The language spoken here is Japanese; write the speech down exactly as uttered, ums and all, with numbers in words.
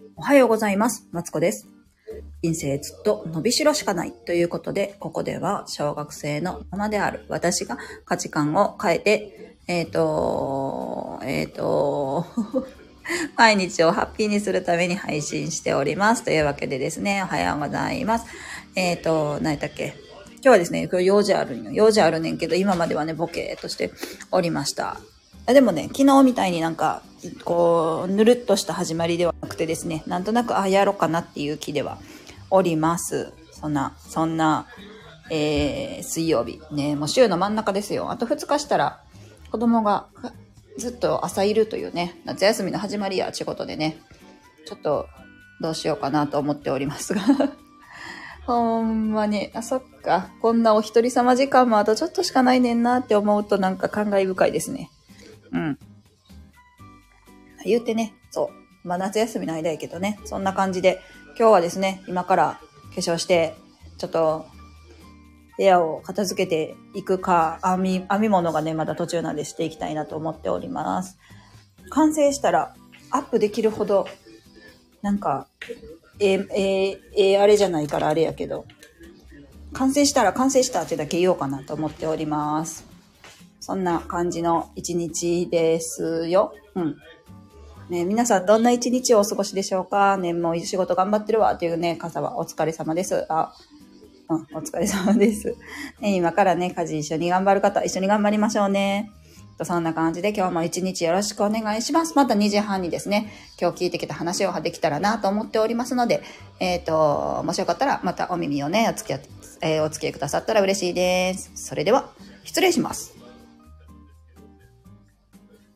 おはようございます。マツコです。人生ずっと伸びしろしかないということで、ここでは小学生のママである私が価値観を変えて、えっと、えっと、毎日をハッピーにするために配信しております。というわけでですね、おはようございます。えっと、何だっけ。今日はですね、今日用事あるんよ。用事あるねんけど、今まではね、ボケーっとしておりました。でもね、昨日みたいになんか、こう、ぬるっとした始まりではなくてですね、なんとなく、あ、やろうかなっていう気ではおります。そんな、そんな、えー、水曜日。ね、もう週の真ん中ですよ。あとふつかしたら、子供がずっと朝いるというね、夏休みの始まりや、仕事でね、ちょっと、どうしようかなと思っておりますが。ほんまに、あ、そっか。こんなお一人様時間もあとちょっとしかないねんなって思うとなんか感慨深いですね。うん。言うてね、そう。まあ夏休みの間やけどね、そんな感じで、今日はですね、今から化粧して、ちょっと、部屋を片付けていくか、編み、編み物がね、まだ途中なんでしていきたいなと思っております。完成したら、アップできるほど、なんか、えー、えー、えー、あれじゃないからあれやけど、完成したら完成したってだけ言おうかなと思っております。そんな感じの一日ですよ。うん。ね、皆さんどんな一日をお過ごしでしょうかね、もう仕事頑張ってるわっていうね、方はお疲れ様です。あ、うん、お疲れ様です。ね、今からね、家事一緒に頑張る方、一緒に頑張りましょうね。とそんな感じで今日も一日よろしくお願いします。またにじはんにですね、今日聞いてきた話をできたらなと思っておりますので、えっと、もしよかったらまたお耳をね、お付き合い、えー、お付き合いくださったら嬉しいです。それでは、失礼します。